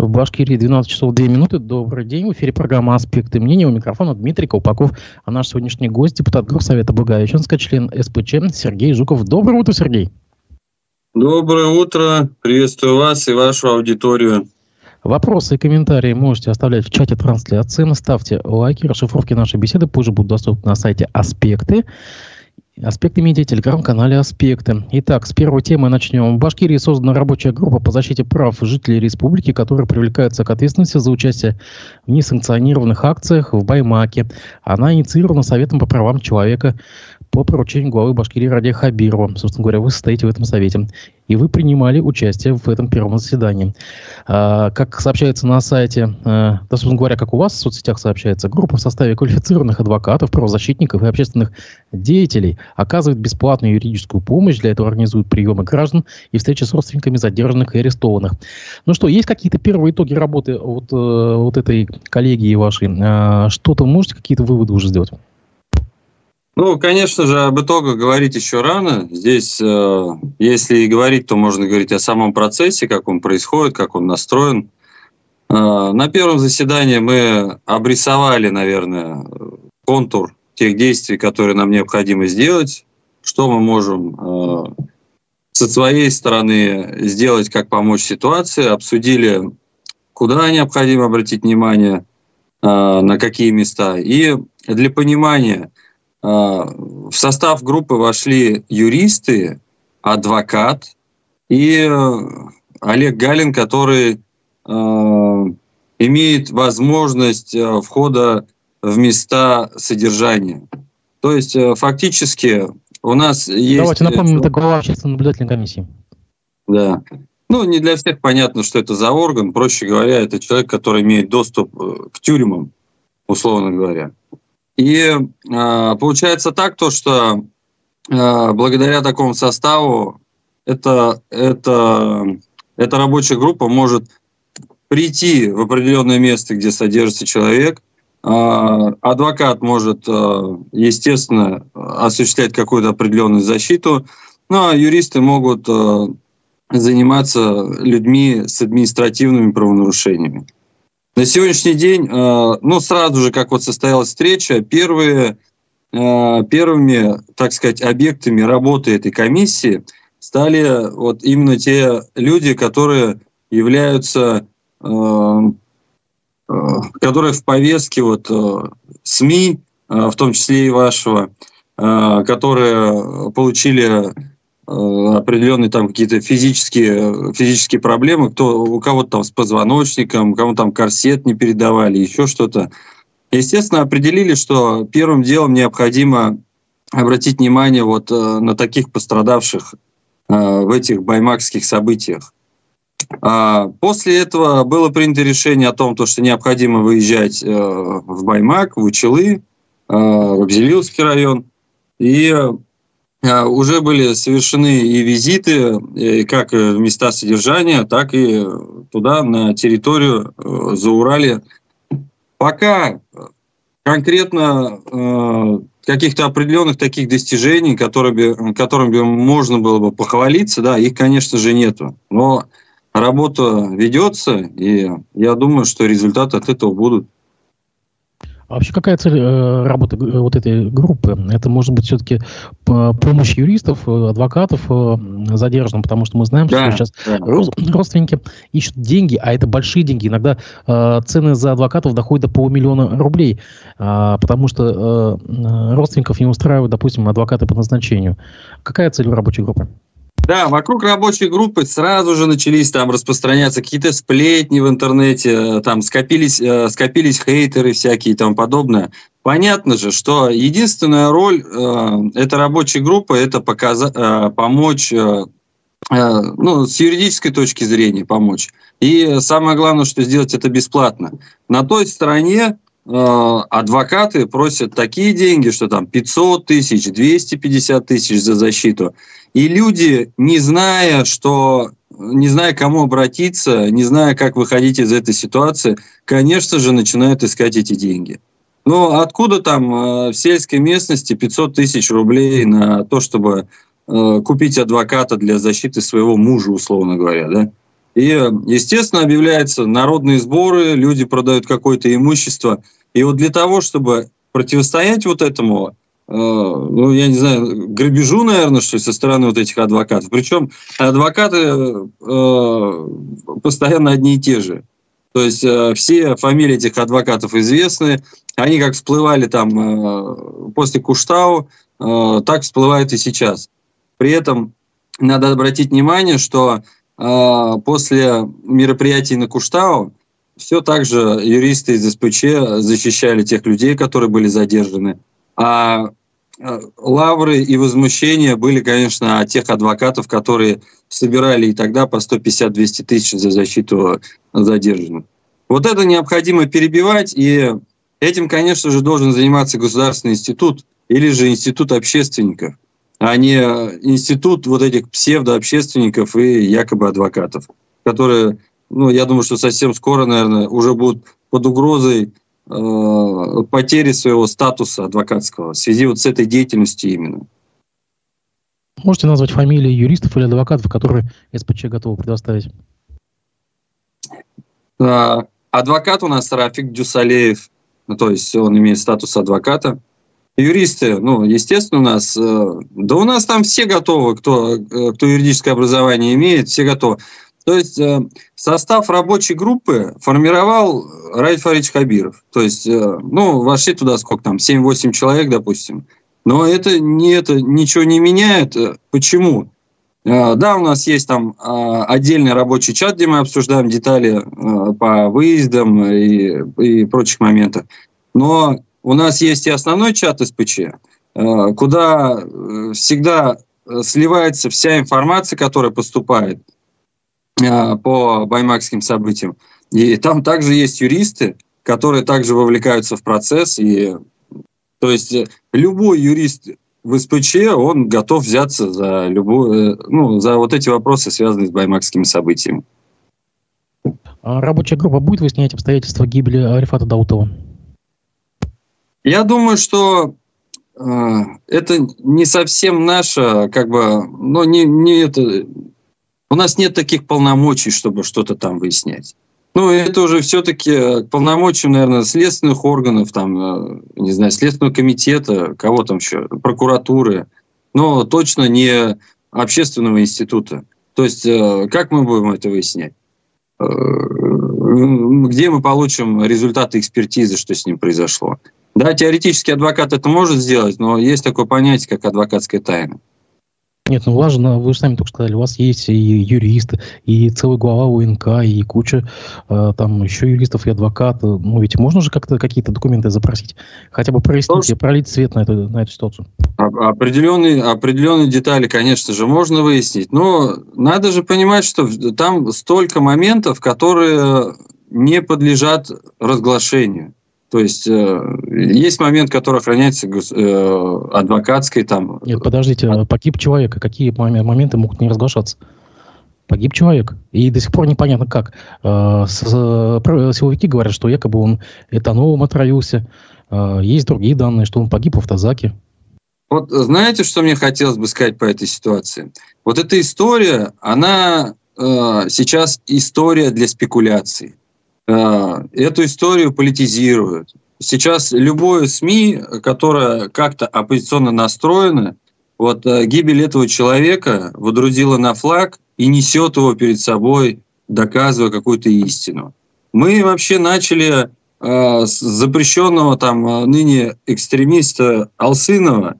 В Башкирии 12 часов 2 минуты. Добрый день. В эфире программа «Аспекты мнения». У микрофона Дмитрий Колпаков. А наш сегодняшний гость, депутат Горсовета Благовещенска, член СПЧ Сергей Жуков. Доброе утро, Сергей. Доброе утро. Приветствую вас и вашу аудиторию. Вопросы и комментарии можете оставлять в чате трансляции. Ставьте лайки. Расшифровки нашей беседы позже будут доступны на сайте «Аспекты». «Аспекты медиа», телеграм-канале «Аспекты». Итак, с первой темы начнем. В Башкирии создана рабочая группа по защите прав жителей республики, которые привлекаются к ответственности за участие в несанкционированных акциях в Баймаке. Она инициирована Советом по правам человека по поручению главы Башкирии Радия Хабирова. Собственно говоря, вы состоите в этом совете. И вы принимали участие в этом первом заседании. Как сообщается на сайте, да, собственно говоря, как у вас в соцсетях сообщается, группа в составе квалифицированных адвокатов, правозащитников и общественных деятелей оказывает бесплатную юридическую помощь. Для этого организуют приемы граждан и встречи с родственниками задержанных и арестованных. Ну что, есть какие-то первые итоги работы вот этой коллегии вашей? Что-то можете, какие-то выводы уже сделать? Ну, конечно же, об итогах говорить еще рано. Здесь, если и говорить, то можно говорить о самом процессе, как он происходит, как он настроен. На первом заседании мы обрисовали, наверное, контур тех действий, которые нам необходимо сделать, что мы можем со своей стороны сделать, как помочь ситуации, обсудили, куда необходимо обратить внимание, на какие места. И для понимания, в состав группы вошли юристы, адвокат и Олег Галин, который имеет возможность входа в места содержания. То есть фактически у нас есть... Давайте напомним, это глава общественной наблюдательной комиссии. Да. Ну, не для всех понятно, что это за орган. Проще говоря, это человек, который имеет доступ к тюрьмам, условно говоря. И получается так, что благодаря такому составу эта рабочая группа может прийти в определенное место, где содержится человек. Адвокат может, естественно, осуществлять какую-то определенную защиту, ну а юристы могут заниматься людьми с административными правонарушениями. На сегодняшний день, сразу же, как вот состоялась встреча, первыми, так сказать, объектами работы этой комиссии стали вот именно те люди, которые являются, которые в повестке СМИ, в том числе и вашего, которые получили определенные там какие-то физические проблемы, у кого-то там с позвоночником, кому там корсет не передавали, еще что-то. Естественно, определили, что первым делом необходимо обратить внимание на таких пострадавших в этих баймакских событиях. После этого было принято решение о том, что необходимо выезжать в Баймак, в Учелы, в Абзелиловский район. И уже были совершены и визиты как в места содержания, так и туда, на территорию Зауралья. Пока конкретно каких-то определенных таких достижений, которыми бы можно было бы похвалиться, да, их, конечно же, нету. Но работа ведется, и я думаю, что результаты от этого будут. А вообще какая цель работы вот этой группы? Это может быть все-таки помощь юристов, адвокатов задержанным, потому что мы знаем, что сейчас родственники ищут деньги, а это большие деньги. Иногда цены за адвокатов доходят до 500 000 рублей, потому что родственников не устраивают, допустим, адвокаты по назначению. Какая цель у рабочей группы? Да, вокруг рабочей группы сразу же начались там распространяться какие-то сплетни в интернете, там скопились хейтеры всякие и тому подобное. Понятно же, что единственная роль этой рабочей группы — это помочь, с юридической точки зрения помочь. И самое главное, что сделать это бесплатно. На той стороне адвокаты просят такие деньги, что там 500 000, 250 000 за защиту. И люди, не зная, кому обратиться, не зная, как выходить из этой ситуации, конечно же, начинают искать эти деньги. Но откуда там в сельской местности 500 000 рублей на то, чтобы купить адвоката для защиты своего мужа, условно говоря, да? И, естественно, объявляются народные сборы, люди продают какое-то имущество. И вот для того, чтобы противостоять вот этому, я не знаю, грабежу, наверное, что ли, со стороны вот этих адвокатов. Причем адвокаты постоянно одни и те же. То есть все фамилии этих адвокатов известны. Они как всплывали там после Куштау, так всплывают и сейчас. При этом надо обратить внимание, что после мероприятий на Куштау все так же юристы из СПЧ защищали тех людей, которые были задержаны. А лавры и возмущения были, конечно, от тех адвокатов, которые собирали и тогда по 150-200 тысяч за защиту задержанных. Вот это необходимо перебивать, и этим, конечно же, должен заниматься государственный институт или же институт общественников, а не институт вот этих псевдообщественников и якобы адвокатов, которые, я думаю, что совсем скоро, наверное, уже будут под угрозой потери своего статуса адвокатского в связи вот с этой деятельностью именно. Можете назвать фамилии юристов или адвокатов, которые СПЧ готовы предоставить? Адвокат у нас Рафик Дюсалеев, то есть он имеет статус адвоката. Юристы, естественно, у нас, у нас там все готовы, кто юридическое образование имеет, все готовы. То есть состав рабочей группы формировал Раиль Фаридович Хабиров. То есть, вошли туда сколько там, 7-8 человек, допустим. Но это ничего не меняет. Почему? Да, у нас есть там отдельный рабочий чат, где мы обсуждаем детали по выездам и прочих моментах. Но у нас есть и основной чат СПЧ, куда всегда сливается вся информация, которая поступает по баймакским событиям. И там также есть юристы, которые также вовлекаются в процесс. То есть любой юрист в СПЧ, он готов взяться за за вот эти вопросы, связанные с баймакскими событиями. А рабочая группа будет выяснять обстоятельства гибели Арифата Даутова? Я думаю, что это не совсем наше, у нас нет таких полномочий, чтобы что-то там выяснять. Это уже все-таки полномочия, наверное, следственных органов, Следственного комитета, кого там еще, прокуратуры, но точно не общественного института. То есть, как мы будем это выяснять? Где мы получим результаты экспертизы, что с ним произошло? Да, теоретически адвокат это может сделать, но есть такое понятие, как адвокатская тайна. Нет, у вас же, вы же сами только сказали, у вас есть и юристы, и целый глава УНК, и куча там еще юристов и адвокатов. Ведь можно же как-то какие-то документы запросить, хотя бы прояснить и пролить свет на эту ситуацию. Определенные детали, конечно же, можно выяснить, но надо же понимать, что там столько моментов, которые не подлежат разглашению. То есть есть момент, который охраняется адвокатской там. Нет, подождите, погиб человек, какие моменты могут не разглашаться? Погиб человек, и до сих пор непонятно как. Силовики говорят, что якобы он этанолом отравился. Есть другие данные, что он погиб в автозаке. Вот знаете, что мне хотелось бы сказать по этой ситуации? Вот эта история, она сейчас история для спекуляций. Эту историю политизируют. Сейчас любое СМИ, которое как-то оппозиционно настроено, гибель этого человека водрузила на флаг и несет его перед собой, доказывая какую-то истину. Мы вообще начали с запрещенного ныне экстремиста Алсынова,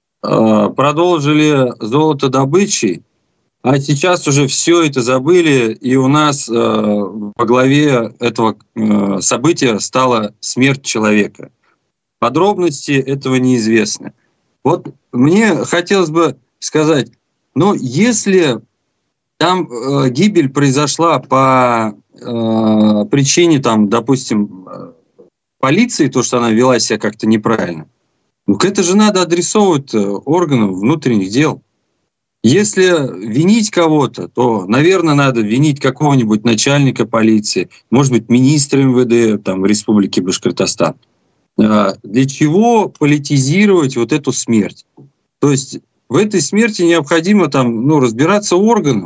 продолжили золотодобычей, а сейчас уже все это забыли, и у нас во главе этого события стала смерть человека. Подробности этого неизвестны. Вот мне хотелось бы сказать, если там гибель произошла по причине, допустим, полиции, то, что она вела себя как-то неправильно, это же надо адресовывать органам внутренних дел. Если винить кого-то, то, наверное, надо винить какого-нибудь начальника полиции, может быть, министра МВД Республики Башкортостан. Для чего политизировать вот эту смерть? То есть в этой смерти необходимо разбираться органам.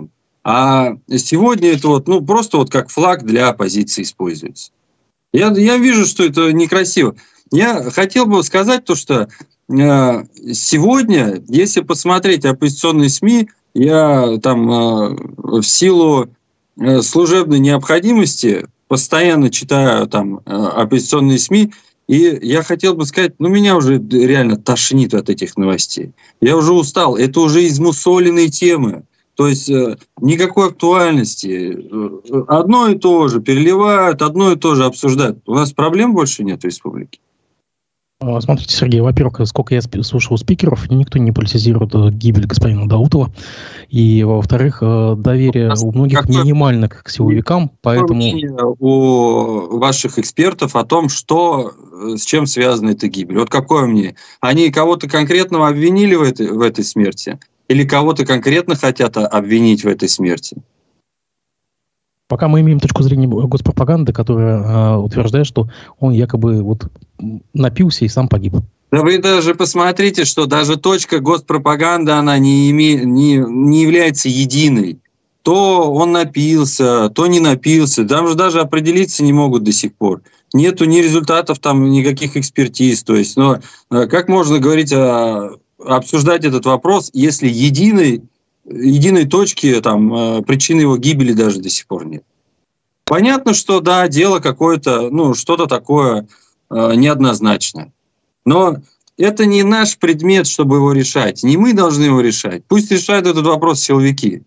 А сегодня это вот, ну, просто вот как флаг для оппозиции используется. Я вижу, что это некрасиво. Я хотел бы сказать то, что сегодня, если посмотреть оппозиционные СМИ, я там в силу служебной необходимости постоянно читаю там оппозиционные СМИ, и я хотел бы сказать, ну, меня уже реально тошнит от этих новостей. Я уже устал, это уже измусоленные темы. То есть никакой актуальности. Одно и то же переливают, одно и то же обсуждают. У нас проблем больше нет в республике. Смотрите, Сергей, во-первых, сколько я слушал спикеров, никто не политизирует гибель господина Даутова. И, во-вторых, доверие у многих минимально к силовикам, поэтому... У ваших экспертов о том, что, с чем связана эта гибель. Вот какое мнение? Они кого-то конкретного обвинили в этой смерти? Или кого-то конкретно хотят обвинить в этой смерти? Пока мы имеем точку зрения госпропаганды, которая утверждает, что он якобы вот напился и сам погиб. Да вы даже посмотрите, что даже точка госпропаганды, она не является единой. То он напился, то не напился. Там же даже определиться не могут до сих пор. Нету ни результатов, там никаких экспертиз. То есть, но как можно говорить, обсуждать этот вопрос, если единой точки, там, причины его гибели даже до сих пор нет. Понятно, что да, дело какое-то, ну, что-то такое неоднозначное. Но это не наш предмет, чтобы его решать. Не мы должны его решать. Пусть решают этот вопрос силовики.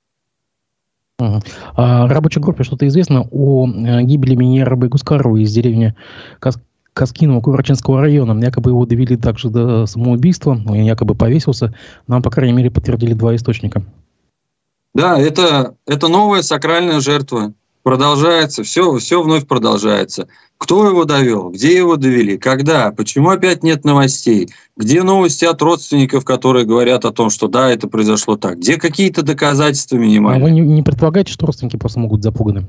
А рабочей группе что-то известно о гибели Миньяра Байгускарова из деревни Каскинова Курачинского района. Якобы его довели также до самоубийства, он якобы повесился. Нам, по крайней мере, подтвердили 2 источника. Да, это новая сакральная жертва. Продолжается, все вновь продолжается. Кто его довел? Где его довели? Когда? Почему опять нет новостей? Где новости от родственников, которые говорят о том, что да, это произошло так? Где какие-то доказательства минимальные? А вы не предполагаете, что родственники просто могут быть запуганы?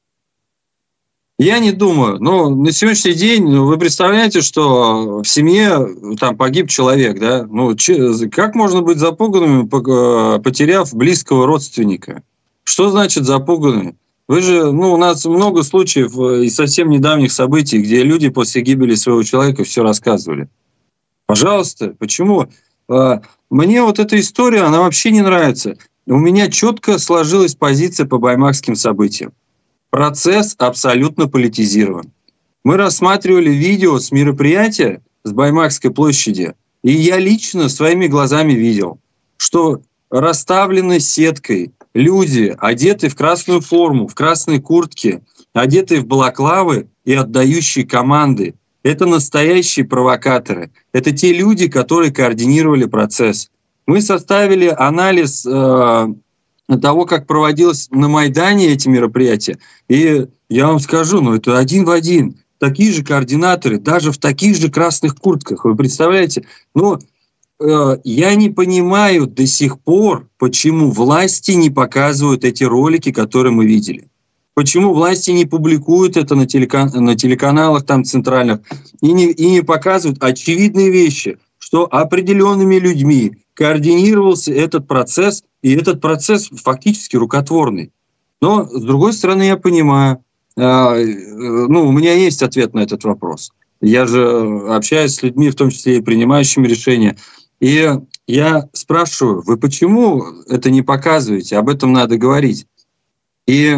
Я не думаю. Но на сегодняшний день вы представляете, что в семье там погиб человек, да? Ну, как можно быть запуганным, потеряв близкого родственника? Что значит запуганным? Вы же, ну, у нас много случаев из совсем недавних событий, где люди после гибели своего человека все рассказывали. Пожалуйста, почему? Мне вот эта история, она вообще не нравится. У меня четко сложилась позиция по баймакским событиям. Процесс абсолютно политизирован. Мы рассматривали видео с мероприятия с Баймакской площади, и я лично своими глазами видел, что расставлены сеткой люди, одетые в красную форму, в красной куртке, одетые в балаклавы и отдающие команды. Это настоящие провокаторы. Это те люди, которые координировали процесс. Мы составили анализ того, как проводилось на Майдане эти мероприятия. И я вам скажу, ну это один в один. Такие же координаторы, даже в таких же красных куртках. Вы представляете? Но я не понимаю до сих пор, почему власти не показывают эти ролики, которые мы видели. Почему власти не публикуют это на телеканалах там центральных и не показывают очевидные вещи, что определенными людьми координировался этот процесс, и этот процесс фактически рукотворный. Но, с другой стороны, я понимаю, у меня есть ответ на этот вопрос. Я же общаюсь с людьми, в том числе и принимающими решения. И я спрашиваю, вы почему это не показываете? Об этом надо говорить. И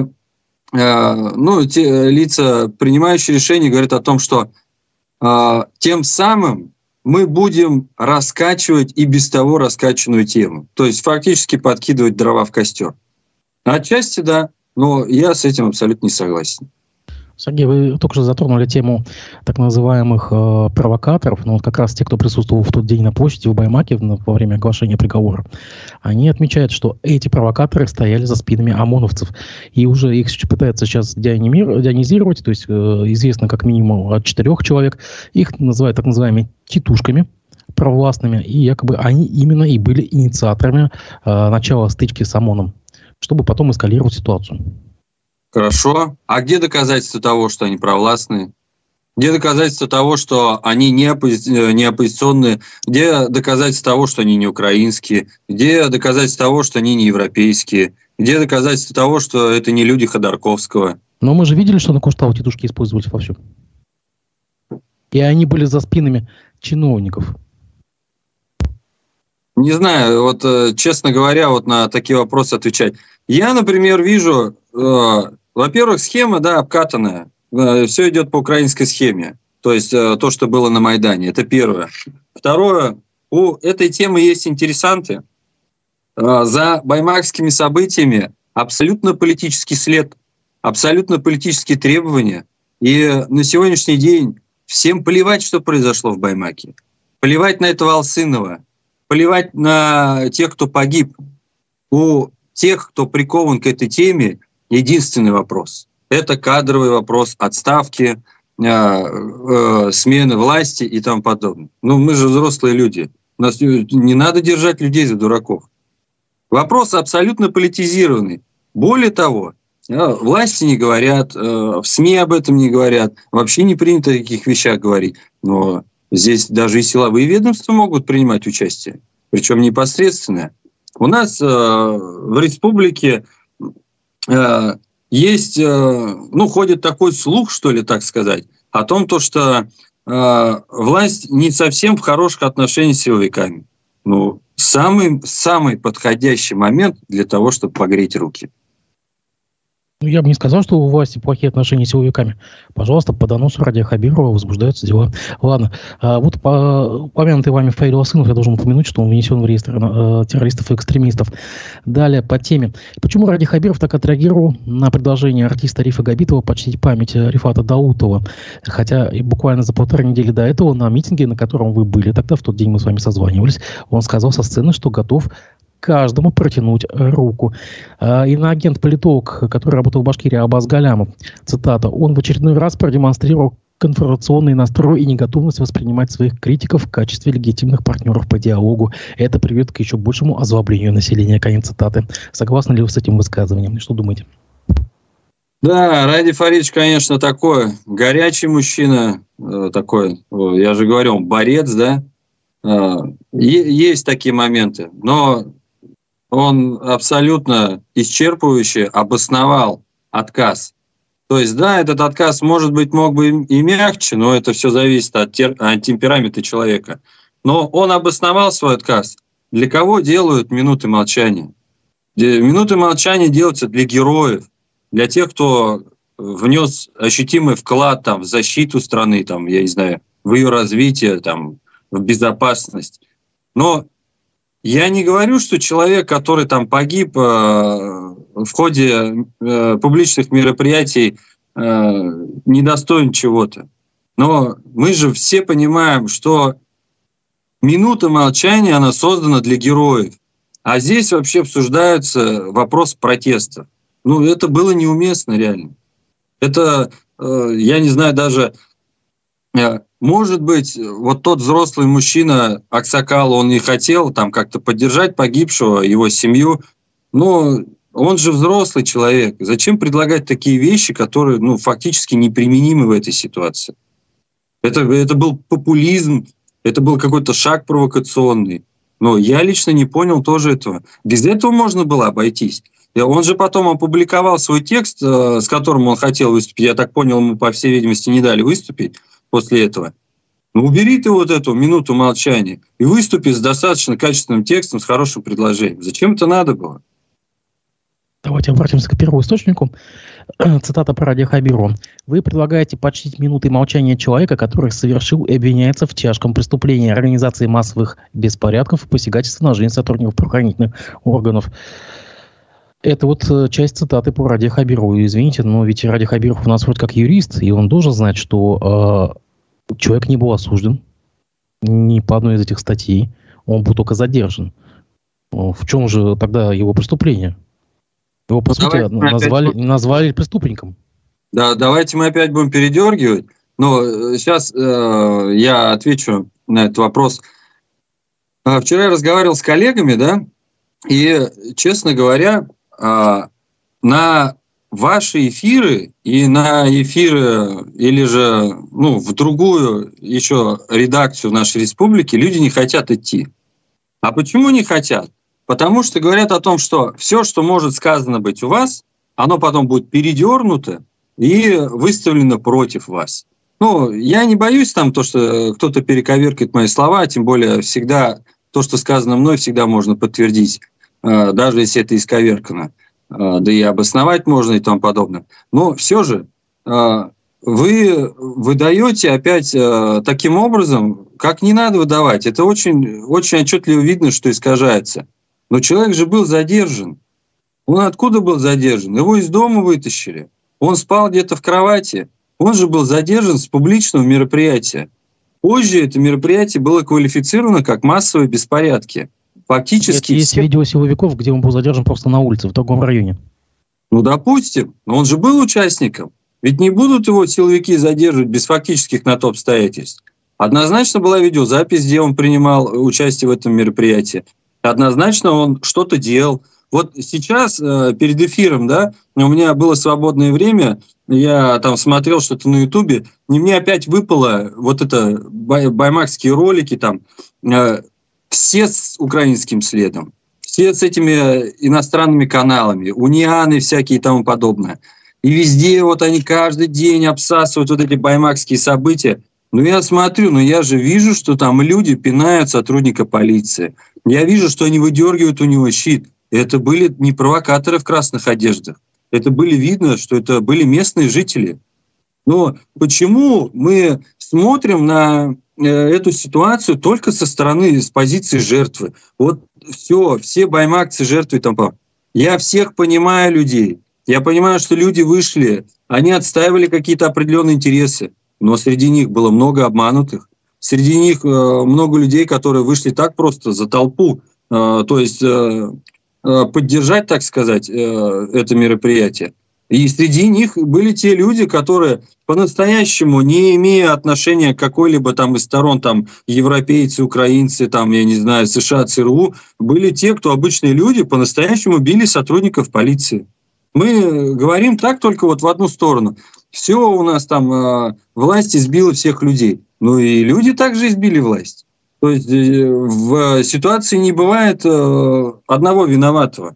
те лица, принимающие решения, говорят о том, что тем самым мы будем раскачивать и без того раскачанную тему. То есть фактически подкидывать дрова в костер. Отчасти да, но я с этим абсолютно не согласен. Сергей, вы только что затронули тему так называемых провокаторов. Но вот как раз те, кто присутствовал в тот день на площади в Баймаке во время оглашения приговора, они отмечают, что эти провокаторы стояли за спинами ОМОНовцев. И уже их пытаются сейчас дионизировать. То есть известно как минимум от 4 человек. Их называют так называемыми титушками провластными. И якобы они именно и были инициаторами начала стычки с ОМОНом, чтобы потом эскалировать ситуацию. Хорошо. А где доказательства того, что они провластные? Где доказательства того, что они не оппозиционные? Где доказательства того, что они не украинские? Где доказательства того, что они не европейские? Где доказательства того, что это не люди Ходорковского? Но мы же видели, что на Куштау тетушки использовались вовсю. И они были за спинами чиновников. Не знаю, вот, честно говоря, вот на такие вопросы отвечать. Я, например, вижу, во-первых, схема, да, обкатанная. Все идет по украинской схеме. То есть то, что было на Майдане. Это первое. Второе, у этой темы есть интересанты. За баймакскими событиями абсолютно политический след, абсолютно политические требования. И на сегодняшний день всем плевать, что произошло в Баймаке. Плевать на этого Алсынова. Плевать на тех, кто погиб. У тех, кто прикован к этой теме, единственный вопрос. Это кадровый вопрос отставки, смены власти и тому подобное. Ну, мы же взрослые люди. Нас не надо держать людей за дураков. Вопрос абсолютно политизированный. Более того, власти не говорят, в СМИ об этом не говорят. Вообще не принято о таких вещах говорить. Но здесь даже и силовые ведомства могут принимать участие. Причем непосредственно. У нас в республике есть, ходит такой слух, что ли, так сказать, о том, что власть не совсем в хороших отношениях с силовиками. Ну, самый подходящий момент для того, чтобы погреть руки. Я бы не сказал, что у власти плохие отношения с силовиками. Пожалуйста, по доносу Радия Хабирова возбуждаются дела. Ладно. Вот упомянутый вами Фаиль Алсынов, я должен упомянуть, что он внесен в реестр террористов и экстремистов. Далее по теме. Почему Радий Хабиров так отреагировал на предложение артиста Рифа Габитова почтить память Рифата Даутова? Хотя буквально за 1,5 недели до этого на митинге, на котором вы были, тогда в тот день мы с вами созванивались, он сказал со сцены, что готов каждому протянуть руку. Иноагент-политолог, который работал в Башкирии, Аббас Галямов, цитата, он в очередной раз продемонстрировал конфронтационный настрой и неготовность воспринимать своих критиков в качестве легитимных партнеров по диалогу. Это приведет к еще большему озлоблению населения. Конец цитаты. Согласны ли вы с этим высказыванием? Что думаете? Да, Ради Фаридович, конечно, такой горячий мужчина, такой, я же говорил, борец, да. Есть такие моменты, но он абсолютно исчерпывающе обосновал отказ. То есть, да, этот отказ, может быть, мог бы и мягче, но это все зависит от темперамента человека. Но он обосновал свой отказ. Для кого делают минуты молчания? Минуты молчания делаются для героев, для тех, кто внес ощутимый вклад в защиту страны, я не знаю, в ее развитие, в безопасность. Но я не говорю, что человек, который погиб в ходе публичных мероприятий, недостоин чего-то. Но мы же все понимаем, что минута молчания, она создана для героев. А здесь вообще обсуждается вопрос протеста. Это было неуместно реально. Это, я не знаю, даже... Может быть, вот тот взрослый мужчина Аксакал, он и хотел как-то поддержать погибшего, его семью, но он же взрослый человек. Зачем предлагать такие вещи, которые фактически неприменимы в этой ситуации? Это был популизм, это был какой-то шаг провокационный. Но я лично не понял тоже этого. Без этого можно было обойтись. Он же потом опубликовал свой текст, с которым он хотел выступить. Я так понял, ему, по всей видимости, не дали выступить после этого. Убери ты вот эту минуту молчания и выступи с достаточно качественным текстом, с хорошим предложением. Зачем это надо было? Давайте обратимся к первому источнику. Цитата по Радия Хабирова. Вы предлагаете почтить минутой молчания человека, который совершил и обвиняется в тяжком преступлении организации массовых беспорядков и посягательства на жизнь сотрудников правоохранительных органов. Это вот часть цитаты по Радия Хабирову. Извините, но ведь Радий Хабиров у нас вроде как юрист, и он должен знать, что человек не был осужден ни по одной из этих статей. Он был только задержан. В чем же тогда его преступление? Его, по сути, назвали преступником. Да, давайте мы опять будем передергивать. Но сейчас я отвечу на этот вопрос. Вчера я разговаривал с коллегами, да, и, честно говоря, на ваши эфиры и на эфиры или же в другую еще редакцию нашей республики люди не хотят идти. А почему не хотят? Потому что говорят о том, что все, что может сказано быть у вас, оно потом будет передернуто и выставлено против вас. Ну, я не боюсь там то, что кто-то перековеркает мои слова, тем более всегда то, что сказано мной, всегда можно подтвердить, даже если это исковеркано. Да и обосновать можно и тому подобное. Но все же вы выдаете опять таким образом, как не надо выдавать. Это очень, очень отчетливо видно, что искажается. Но человек же был задержан. Он откуда был задержан? Его из дома вытащили. Он спал где-то в кровати. Он же был задержан с публичного мероприятия. Позже это мероприятие было квалифицировано как массовые беспорядки. Фактически есть видео силовиков, где он был задержан просто на улице, в другом районе. Ну, допустим, но он же был участником. Ведь не будут его силовики задерживать без фактических на то обстоятельств. Однозначно была видеозапись, где он принимал участие в этом мероприятии. Однозначно он что-то делал. Вот сейчас, перед эфиром, да, у меня было свободное время, я там смотрел что-то на Ютубе, и мне опять выпало вот это баймакские ролики, там, все с украинским следом, все с этими иностранными каналами, унианы всякие и тому подобное. И везде вот они каждый день обсасывают вот эти баймакские события. Ну, я смотрю, но я же вижу, что там люди пинают сотрудника полиции. Я вижу, что они выдергивают у него щит. Это были не провокаторы в красных одеждах. Это были видно, что это были местные жители. Но почему мы смотрим на эту ситуацию только со стороны, с позиции жертвы? Вот все баймакцы жертвы. Я всех понимаю людей. Я понимаю, что люди вышли, они отстаивали какие-то определенные интересы. Но среди них было много обманутых. Среди них много людей, которые вышли так просто за толпу. То есть поддержать, так сказать, это мероприятие. И среди них были те люди, которые по-настоящему, не имея отношения к какой-либо там из сторон, там, европейцы, украинцы, там, я не знаю, США, ЦРУ, были те, кто обычные люди, по-настоящему били сотрудников полиции. Мы говорим так только вот в одну сторону. Все у нас там, власть избила всех людей. Ну и люди также избили власть. То есть в ситуации не бывает одного виноватого.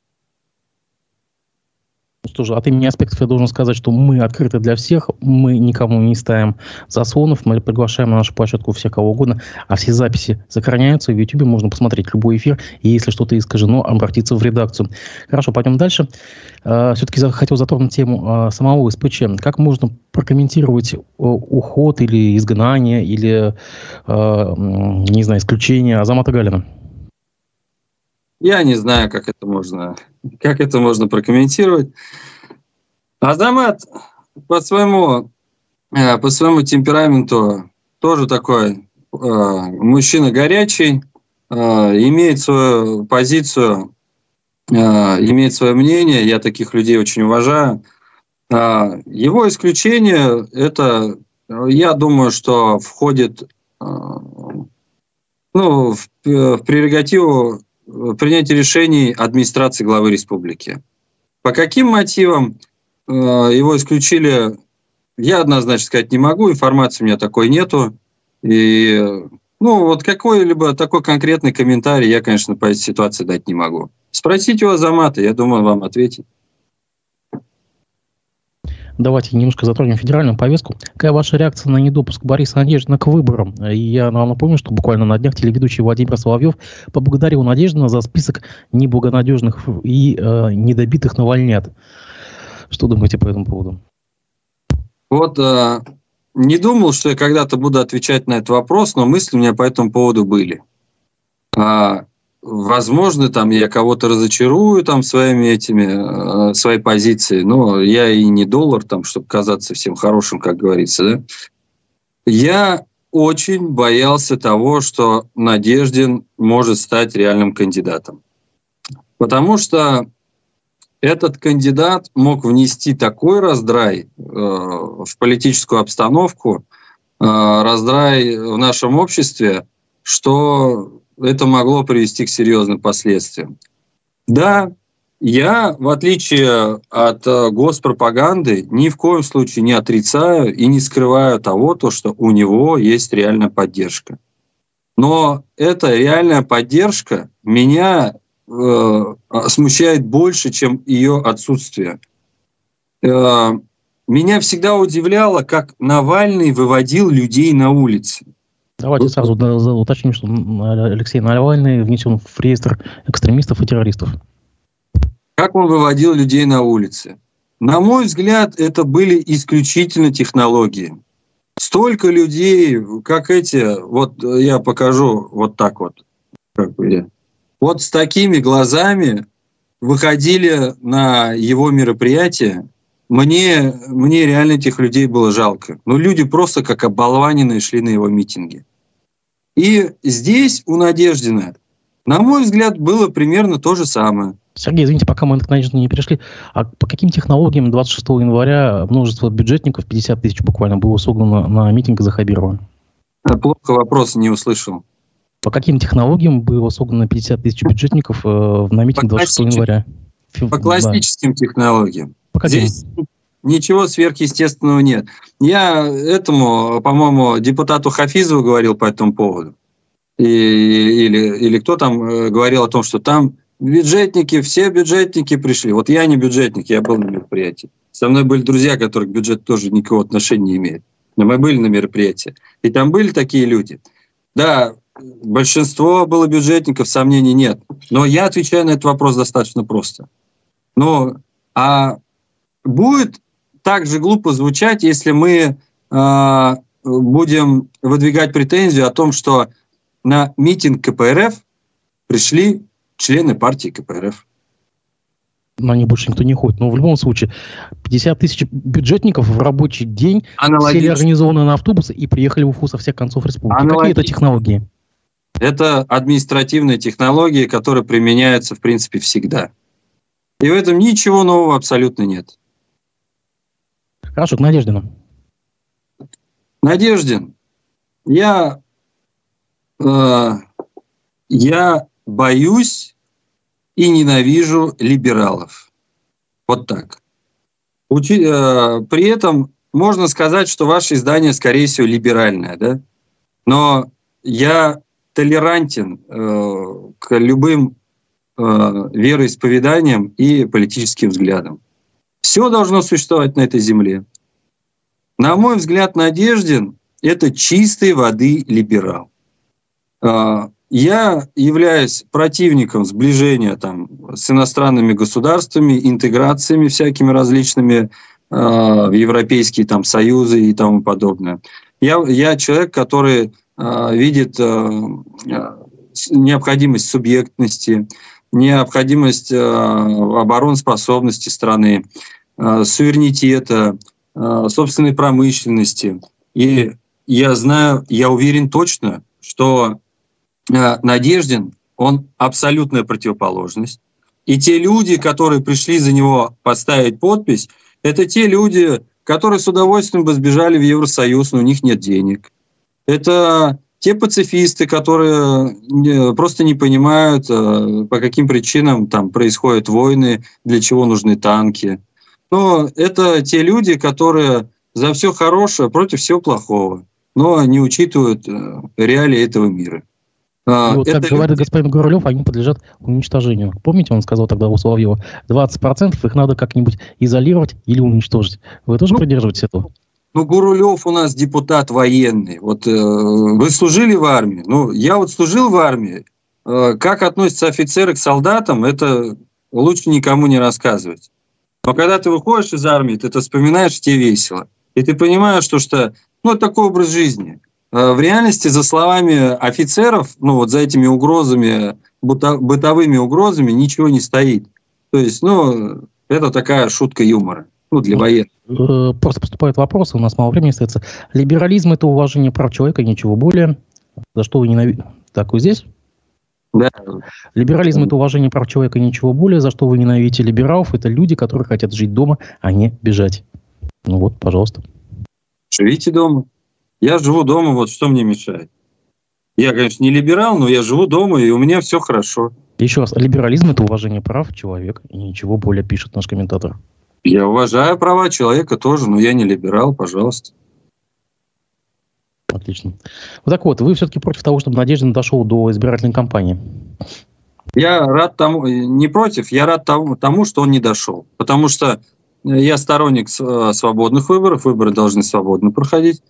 Что же, от имени аспектов я должен сказать, что мы открыты для всех, мы никому не ставим заслонов, мы приглашаем на нашу площадку всех кого угодно, а все записи сохраняются, в YouTube можно посмотреть любой эфир, и если что-то искажено, обратиться в редакцию. Хорошо, пойдем дальше. Все-таки хотел затронуть тему самого СПЧ. Как можно прокомментировать уход или изгнание, или, не знаю, исключение Азамата Галина? Я не знаю, как это можно прокомментировать. Азамат по своему темпераменту тоже такой мужчина горячий, имеет свою позицию, имеет свое мнение. Я таких людей очень уважаю. Его исключение, это, я думаю, что входит в прерогативу принятия решений администрации главы республики. По каким мотивам его исключили, я однозначно сказать не могу, информации у меня такой нету. И вот какой-либо такой конкретный комментарий я, конечно, по этой ситуации дать не могу. Спросите у Азамата, я думаю, он вам ответит. Давайте немножко затронем федеральную повестку. Какая ваша реакция на недопуск Бориса Надеждина к выборам? И я вам напомню, что буквально на днях телеведущий Владимир Соловьев поблагодарил Надеждина за список неблагонадежных и недобитых навальнят. Что думаете по этому поводу? Вот не думал, что я когда-то буду отвечать на этот вопрос, но мысли у меня по этому поводу были. Возможно, там я кого-то разочарую там своей позицией, но я и не доллар, там, чтобы казаться всем хорошим, как говорится. Да? Я очень боялся того, что Надеждин может стать реальным кандидатом. Потому что этот кандидат мог внести такой раздрай в политическую обстановку, раздрай в нашем обществе, что это могло привести к серьезным последствиям. Да, я, в отличие от госпропаганды, ни в коем случае не отрицаю и не скрываю того, что у него есть реальная поддержка. Но эта реальная поддержка меня смущает больше, чем ее отсутствие. Меня всегда удивляло, как Навальный выводил людей на улицы. Давайте сразу уточним, что Алексей Навальный внесен в реестр экстремистов и террористов. Как он выводил людей на улицы? На мой взгляд, это были исключительно технологии. Столько людей, как эти, вот я покажу вот так вот, вот с такими глазами выходили на его мероприятие. Мне реально этих людей было жалко. Но люди просто как оболваненные шли на его митинги. И здесь у Надеждина, на мой взгляд, было примерно то же самое. Сергей, извините, пока мы к Надеждину не перешли, а по каким технологиям 26 января множество бюджетников, 50 тысяч буквально, было согнано на митинг за Хабирова? Плохо вопрос не услышал. По каким технологиям было согнано 50 тысяч бюджетников на митинг 26 января? По классическим технологиям. По каким? Здесь ничего сверхъестественного нет. Я этому, по-моему, депутату Хафизову говорил по этому поводу. Или кто там говорил о том, что там бюджетники, все бюджетники пришли. Вот я не бюджетник, я был на мероприятии. Со мной были друзья, которые к бюджету тоже никакого отношения не имеют. Но мы были на мероприятии. И там были такие люди. Да, большинство было бюджетников, сомнений нет. Но я отвечаю на этот вопрос достаточно просто. А будет так же глупо звучать, если мы будем выдвигать претензию о том, что на митинг КПРФ пришли члены партии КПРФ. На них больше никто не ходит. Но в любом случае, 50 тысяч бюджетников в рабочий день сели организованно на автобусы и приехали в Уфу со всех концов республики. Какие это технологии? Это административные технологии, которые применяются, в принципе, всегда. И в этом ничего нового абсолютно нет. Хорошо, к Надеждину. Надеждин, я боюсь и ненавижу либералов. Вот так. При этом можно сказать, что ваше издание, скорее всего, либеральное, да? Но я толерантен к любым вероисповеданиям и политическим взглядам. Все должно существовать на этой земле. На мой взгляд, Надеждин — это чистой воды либерал. Я являюсь противником сближения с иностранными государствами, интеграциями всякими различными в европейские союзы и тому подобное. Я человек, который видит необходимость субъектности, необходимость обороноспособности страны, суверенитета, собственной промышленности. И я уверен точно, что Надеждин, он абсолютная противоположность. И те люди, которые пришли за него поставить подпись, это те люди, которые с удовольствием бы сбежали в Евросоюз, но у них нет денег. Это те пацифисты, которые просто не понимают, по каким причинам там происходят войны, для чего нужны танки. Но это те люди, которые за все хорошее против всего плохого, но не учитывают реалии этого мира. Вот, как говорит господин Гурулев, они подлежат уничтожению. Помните, он сказал тогда у Соловьева, 20% их надо как-нибудь изолировать или уничтожить. Вы тоже придерживаетесь этого? Гурулев у нас депутат военный. Вы служили в армии? Я служил в армии. Как относятся офицеры к солдатам, это лучше никому не рассказывать. Но когда ты выходишь из армии, ты это вспоминаешь, тебе весело. И ты понимаешь, что такой образ жизни. В реальности, за словами офицеров, за этими угрозами, бытовыми угрозами, ничего не стоит. То есть, это такая шутка юмора. Для военных. Просто поступают вопросы, у нас мало времени остается. Либерализм — это уважение прав человека, ничего более. За что вы ненавидите? Так, вы здесь? Да. Либерализм — это уважение прав человека, ничего более. За что вы ненавидите либералов? Это люди, которые хотят жить дома, а не бежать. Пожалуйста. Живите дома. Я живу дома, что мне мешает? Я, конечно, не либерал, но я живу дома, и у меня все хорошо. Еще раз, либерализм — это уважение прав человека, и ничего более, пишет наш комментатор. Я уважаю права человека тоже, но я не либерал, пожалуйста. Отлично. Вы все-таки против того, чтобы Надеждин дошел до избирательной кампании? Я рад тому, не против, я рад тому, что он не дошел. Потому что я сторонник свободных выборов, выборы должны свободно проходить.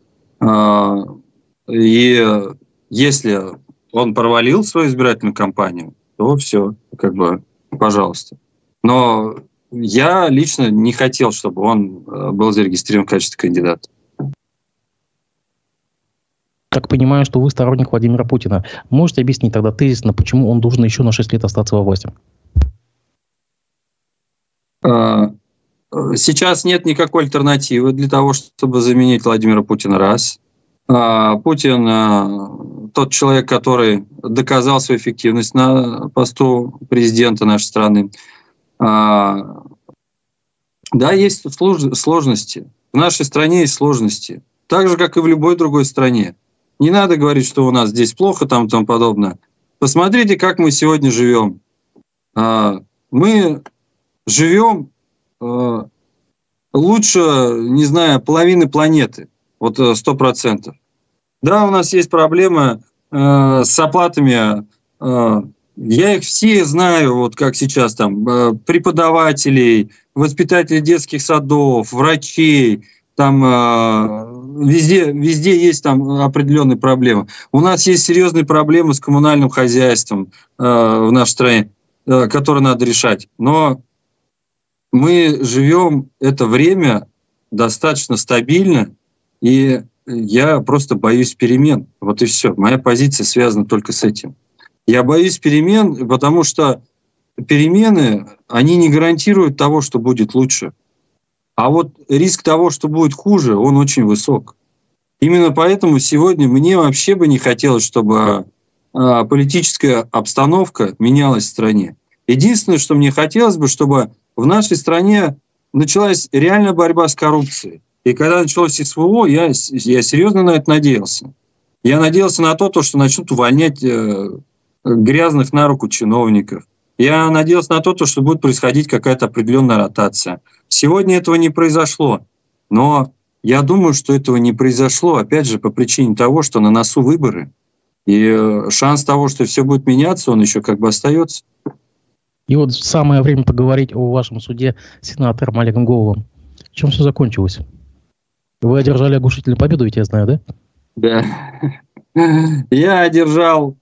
И если он провалил свою избирательную кампанию, то все, пожалуйста. Но я лично не хотел, чтобы он был зарегистрирован в качестве кандидата. Так понимаю, что вы сторонник Владимира Путина. Можете объяснить тогда тезисно, почему он должен еще на 6 лет остаться во власти? Сейчас нет никакой альтернативы для того, чтобы заменить Владимира Путина. Раз. Путин тот человек, который доказал свою эффективность на посту президента нашей страны. Да, есть сложности. В нашей стране есть сложности. Так же, как и в любой другой стране. Не надо говорить, что у нас здесь плохо, там и тому подобное. Посмотрите, как мы сегодня живем. Мы живем лучше, не знаю, половины планеты. Вот 100%. Да, у нас есть проблемы с оплатами. Я их все знаю, вот как сейчас там, преподавателей, воспитателей детских садов, врачей. Там везде есть там определенные проблемы. У нас есть серьезные проблемы с коммунальным хозяйством в нашей стране, которые надо решать. Но мы живем это время достаточно стабильно, и я просто боюсь перемен. Вот и все. Моя позиция связана только с этим. Я боюсь перемен, потому что перемены, они не гарантируют того, что будет лучше. А вот риск того, что будет хуже, он очень высок. Именно поэтому сегодня мне вообще бы не хотелось, чтобы политическая обстановка менялась в стране. Единственное, что мне хотелось бы, чтобы в нашей стране началась реальная борьба с коррупцией. И когда началось СВО, я серьезно на это надеялся. Я надеялся на то, что начнут увольнять грязных на руку чиновников. Я надеялся на то, что будет происходить какая-то определенная ротация. Сегодня этого не произошло. Но я думаю, что этого не произошло, опять же, по причине того, что на носу выборы. И шанс того, что все будет меняться, он еще остается. И вот самое время поговорить о вашем суде с сенатором Олегом Головым. Чем все закончилось? Вы одержали оглушительную победу, ведь я знаю, да? Да. Я одержал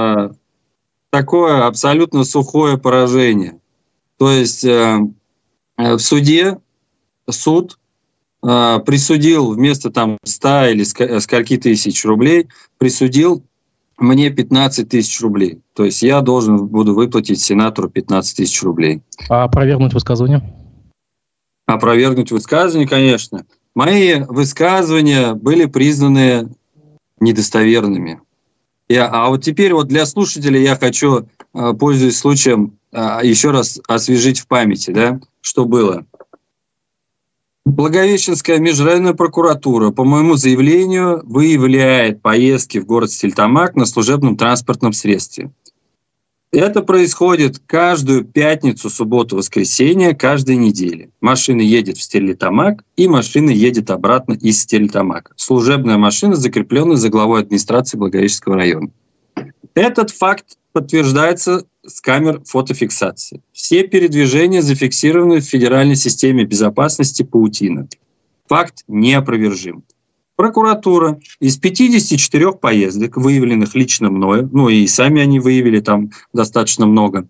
такое абсолютно сухое поражение. То есть в суде суд присудил вместо 100 или скольки тысяч рублей, присудил мне 15 тысяч рублей. То есть я должен буду выплатить сенатору 15 тысяч рублей. А опровергнуть высказывание? Опровергнуть высказывание, конечно. Мои высказывания были признаны недостоверными. А вот теперь для слушателей я хочу, пользуясь случаем, еще раз освежить в памяти, да, что было. Благовещенская межрайонная прокуратура по моему заявлению выявляет поездки в город Стерлитамак на служебном транспортном средстве. Это происходит каждую пятницу, субботу, воскресенье каждой недели. Машина едет в Стерлитамак, и машина едет обратно из Стерлитамака. Служебная машина, закрепленная за главой администрации Благовещенского района. Этот факт подтверждается с камер фотофиксации. Все передвижения зафиксированы в Федеральной системе безопасности «Паутина». Факт неопровержим. Прокуратура из 54 поездок, выявленных лично мною, и сами они выявили там достаточно много,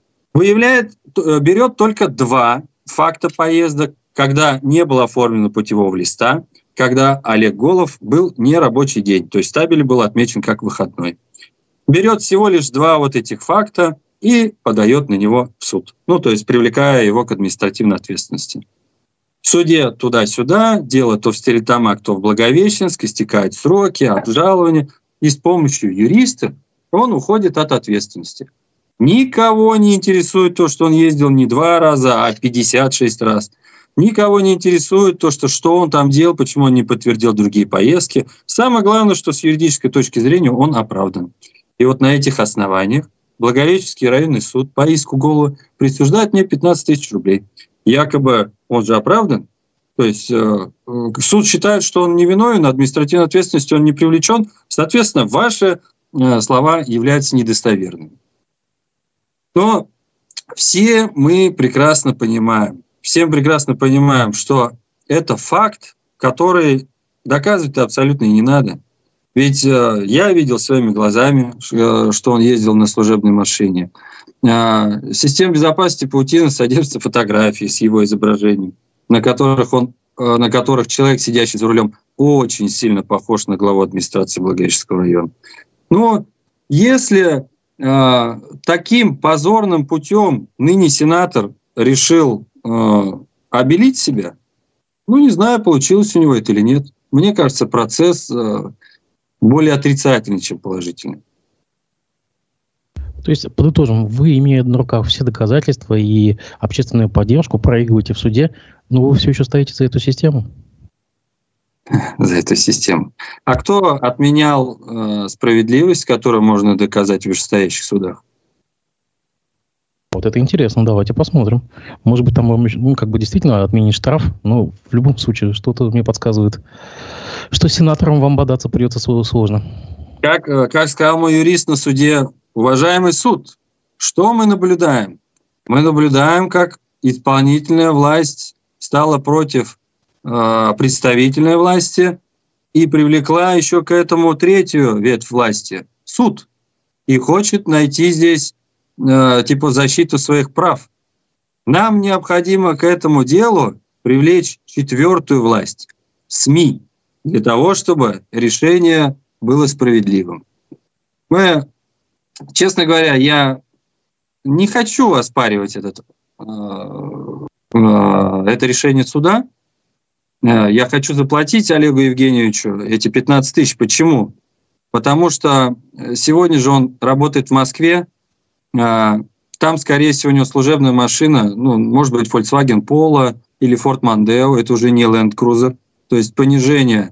берет только 2 факта поездок, когда не было оформлено путевого листа, когда Олег Голов был нерабочий день, то есть табель был отмечен как выходной. Берет всего лишь 2 этих факта и подает на него в суд, то есть привлекая его к административной ответственности. В суде туда-сюда, дело то в Стерлитамак, то в Благовещенск, истекают сроки, обжалования, и с помощью юриста он уходит от ответственности. Никого не интересует то, что он ездил не 2 раза, а 56 раз. Никого не интересует то, что он там делал, почему он не подтвердил другие поездки. Самое главное, что с юридической точки зрения он оправдан. И на этих основаниях Благовещенский районный суд по иску Голова присуждает мне 15 тысяч рублей. Якобы он же оправдан. То есть суд считает, что он невиновен, административной ответственностью он не привлечен. Соответственно, ваши слова являются недостоверными. Но все мы прекрасно понимаем, что это факт, который доказывать абсолютно не надо. Ведь я видел своими глазами, что он ездил на служебной машине. В системе безопасности паутины содержатся фотографии с его изображением, на которых человек, сидящий за рулем, очень сильно похож на главу администрации Благовещенского района. Но если таким позорным путем ныне сенатор решил обелить себя, не знаю, получилось у него это или нет. Мне кажется, процесс более отрицательный, чем положительный. То есть, подытожим, вы, имея на руках все доказательства и общественную поддержку, проигрываете в суде, но вы все еще стоите за эту систему? За эту систему. А кто отменял справедливость, которую можно доказать в вышестоящих судах? Вот это интересно, давайте посмотрим. Может быть, там действительно отменить штраф, но в любом случае что-то мне подсказывает, что сенаторам вам бодаться придется сложно. Как сказал мой юрист на суде: уважаемый суд, что мы наблюдаем? Мы наблюдаем, как исполнительная власть стала против представительной власти и привлекла еще к этому третью ветвь власти – суд. И хочет найти здесь защиту своих прав. Нам необходимо к этому делу привлечь четвертую власть – СМИ, для того, чтобы решение было справедливым. Честно говоря, я не хочу оспаривать это решение суда. Я хочу заплатить Олегу Евгеньевичу эти 15 тысяч. Почему? Потому что сегодня же он работает в Москве. Там, скорее всего, у него служебная машина, может быть, Volkswagen Polo или Ford Mondeo. Это уже не Land Cruiser. То есть понижение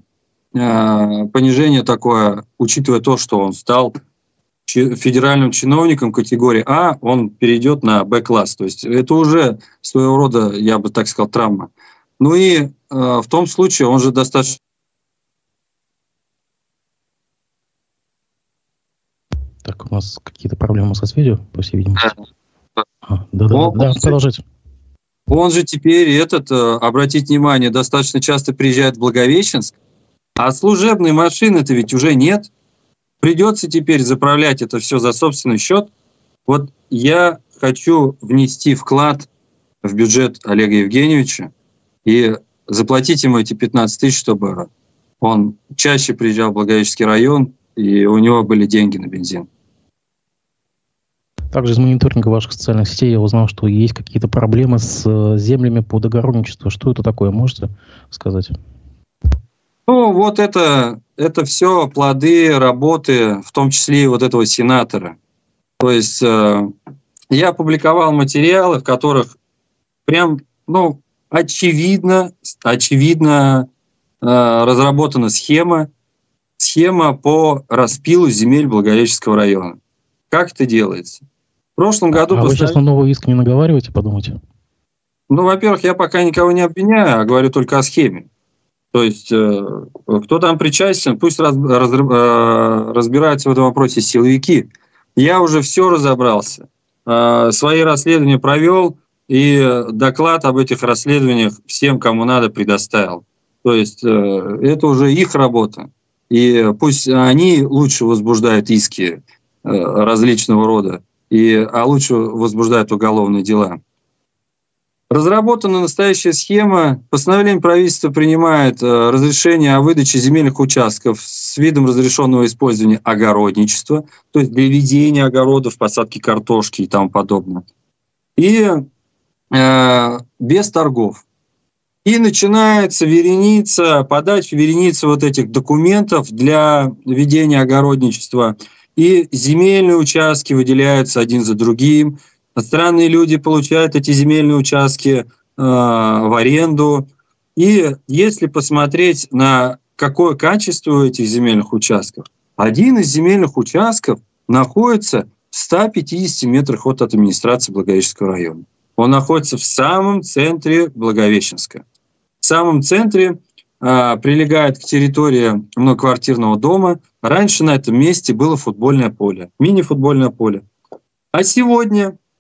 такое, учитывая то, что он стал федеральным чиновником категории А, он перейдет на Б-класс. То есть это уже своего рода, я бы так сказал, травма. И в том случае он же достаточно... Так, у нас какие-то проблемы со связью, по всей видимости. Да, продолжайте. Он же теперь обратите внимание, достаточно часто приезжает в Благовещенск, а служебной машины-то ведь уже нет. Придется теперь заправлять это все за собственный счет. Вот я хочу внести вклад в бюджет Олега Евгеньевича и заплатить ему эти 15 тысяч, чтобы он чаще приезжал в Благовещенский район, и у него были деньги на бензин. Также из мониторинга ваших социальных сетей я узнал, что есть какие-то проблемы с землями под огородничество. Что это такое, можете сказать? Это все плоды работы, в том числе и вот этого сенатора. То есть я опубликовал материалы, в которых прям, очевидно разработана схема по распилу земель Благовещенского района. Как это делается? В прошлом году... вы сейчас на новый иск не наговариваете, подумайте? Во-первых, я пока никого не обвиняю, а говорю только о схеме. То есть, кто там причастен, пусть разбираются в этом вопросе силовики. Я уже все разобрался. Свои расследования провел, и доклад об этих расследованиях всем, кому надо, предоставил. То есть, это уже их работа. И пусть они лучше возбуждают иски различного рода, а лучше возбуждают уголовные дела. Разработана настоящая схема. Постановление правительства принимает разрешение о выдаче земельных участков с видом разрешенного использования огородничества, то есть для ведения огородов, посадки картошки и тому подобное. И без торгов. И начинается подача вереницы вот этих документов для ведения огородничества. И земельные участки выделяются один за другим. Странные люди получают эти земельные участки в аренду. И если посмотреть на какое качество у этих земельных участков, один из земельных участков находится в 150 метрах от администрации Благовещенского района. Он находится в самом центре Благовещенска. В самом центре прилегает к территории многоквартирного дома. Раньше на этом месте было футбольное поле, мини-футбольное поле. А сегодня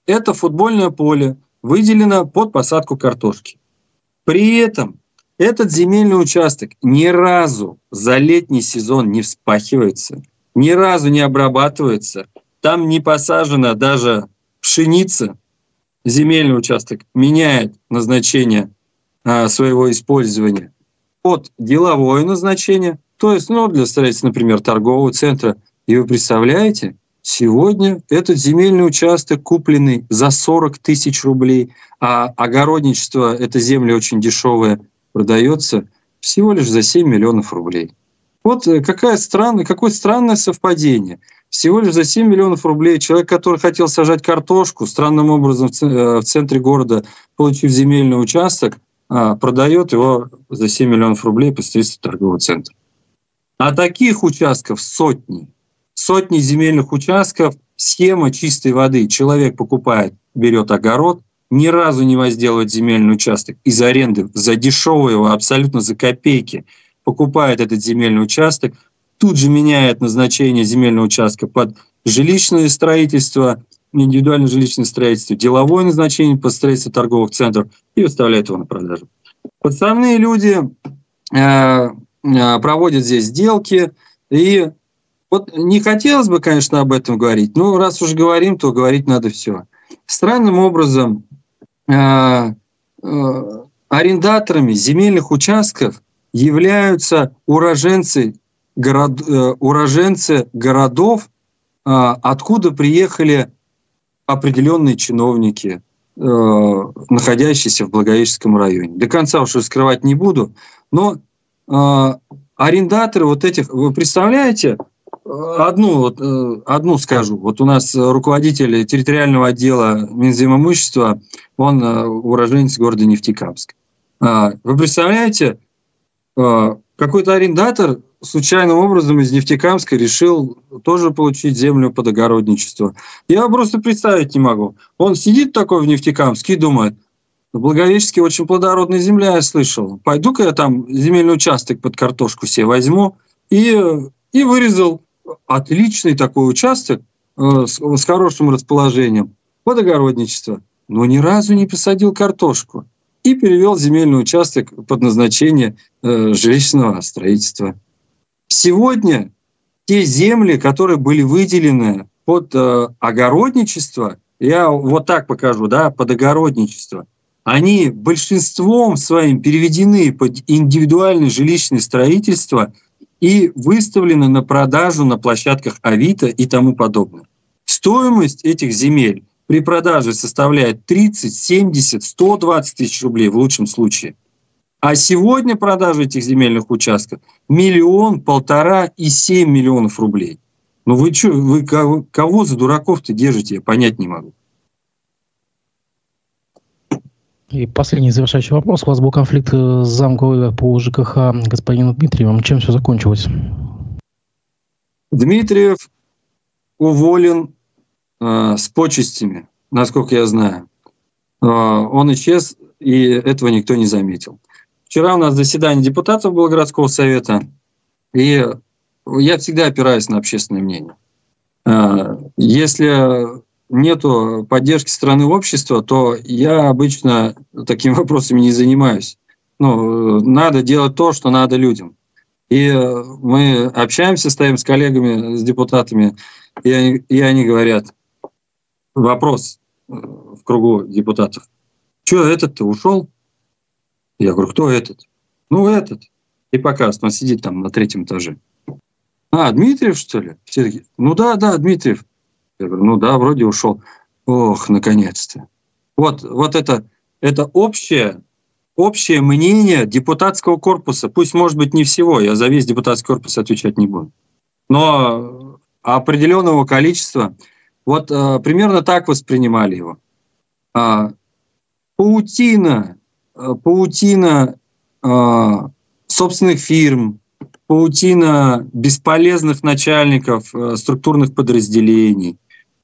это футбольное поле выделено под посадку картошки. При этом этот земельный участок ни разу за летний сезон не вспахивается, ни разу не обрабатывается, там не посажена даже пшеница. Земельный участок меняет назначение своего использования под деловое назначение, то есть для строительства, например, торгового центра. И вы представляете, сегодня этот земельный участок, купленный за 40 тысяч рублей, а огородничество, это земля очень дешевая, продается всего лишь за 7 миллионов рублей. Вот какое странное совпадение. Всего лишь за 7 миллионов рублей человек, который хотел сажать картошку, странным образом в центре города, получив земельный участок, продает его за 7 миллионов рублей по строительству торгового центра. А таких участков сотни. Сотни земельных участков, схема чистой воды. Человек покупает, берет огород, ни разу не возделывает земельный участок из аренды за дешевого, абсолютно за копейки, покупает этот земельный участок, тут же меняет назначение земельного участка под жилищное строительство, индивидуальное жилищное строительство, деловое назначение под строительство торговых центров и выставляет его на продажу. Подставные люди проводят здесь сделки, и вот не хотелось бы, конечно, об этом говорить, но раз уж говорим, то говорить надо все. Странным образом арендаторами земельных участков являются уроженцы городов, откуда приехали определенные чиновники, находящиеся в Благовещенском районе. До конца уж скрывать не буду, но арендаторы вот этих, вы представляете, одну скажу. Вот у нас руководитель территориального отдела Минземимущества, он уроженец города Нефтекамск. Вы представляете, какой-то арендатор случайным образом из Нефтекамска решил тоже получить землю под огородничество. Я просто представить не могу. Он сидит такой в Нефтекамске и думает: в Благовещенске очень плодородная земля, я слышал. Пойду-ка я там земельный участок под картошку себе возьму. И вырезал отличный такой участок с хорошим расположением под огородничество. Но ни разу не посадил картошку. И перевел земельный участок под назначение жилищного строительства. Сегодня те земли, которые были выделены под огородничество, я вот так покажу, под огородничество, они большинством своим переведены под индивидуальное жилищное строительство и выставлены на продажу на площадках Авито и тому подобное. Стоимость этих земель при продаже составляет 30, 70, 120 тысяч рублей в лучшем случае. А сегодня продажа этих земельных участков 1 миллион, 1,5 и 7 миллионов рублей. Ну вы что, вы кого за дураков-то держите, я понять не могу. И последний завершающий вопрос. У вас был конфликт с замглавой по ЖКХ господином Дмитриевым. Чем все закончилось? Дмитриев уволен с почестями, насколько я знаю. Он исчез, и этого никто не заметил. Вчера у нас заседание депутатов было городского совета, и я всегда опираюсь на общественное мнение. Если нету поддержки стороны общества, то я обычно такими вопросами не занимаюсь. Надо делать то, что надо людям. И мы общаемся, стоим с коллегами, с депутатами, и они говорят: вопрос в кругу депутатов: что этот-то ушел? Я говорю: кто этот? Этот. И показывает, он сидит там на 3-м этаже. Дмитриев, что ли? Все такие: да, Дмитриев. Я говорю: да, вроде ушел. Ох, наконец-то. Вот это общее мнение депутатского корпуса. Пусть, может быть, не всего, я за весь депутатский корпус отвечать не буду. Но определенного количества. Вот примерно так воспринимали его. Паутина собственных фирм, паутина бесполезных начальников структурных подразделений,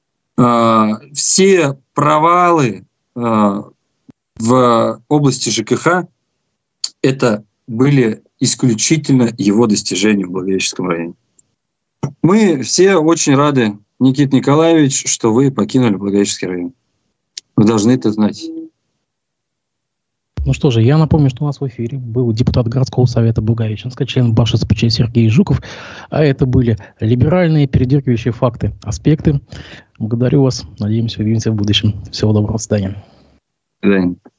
все провалы в области ЖКХ — это были исключительно его достижения в Благовещенском районе. Мы все очень рады, Никита Николаевич, что вы покинули Благовещенский район. Вы должны это знать. Ну что же, я напомню, что у нас в эфире был депутат городского совета Благовещенска, член БАШ-СПЧ Сергей Жуков, а это были либеральные, передергивающие факты, аспекты. Благодарю вас. Надеемся, увидимся в будущем. Всего доброго, до свидания. До свидания.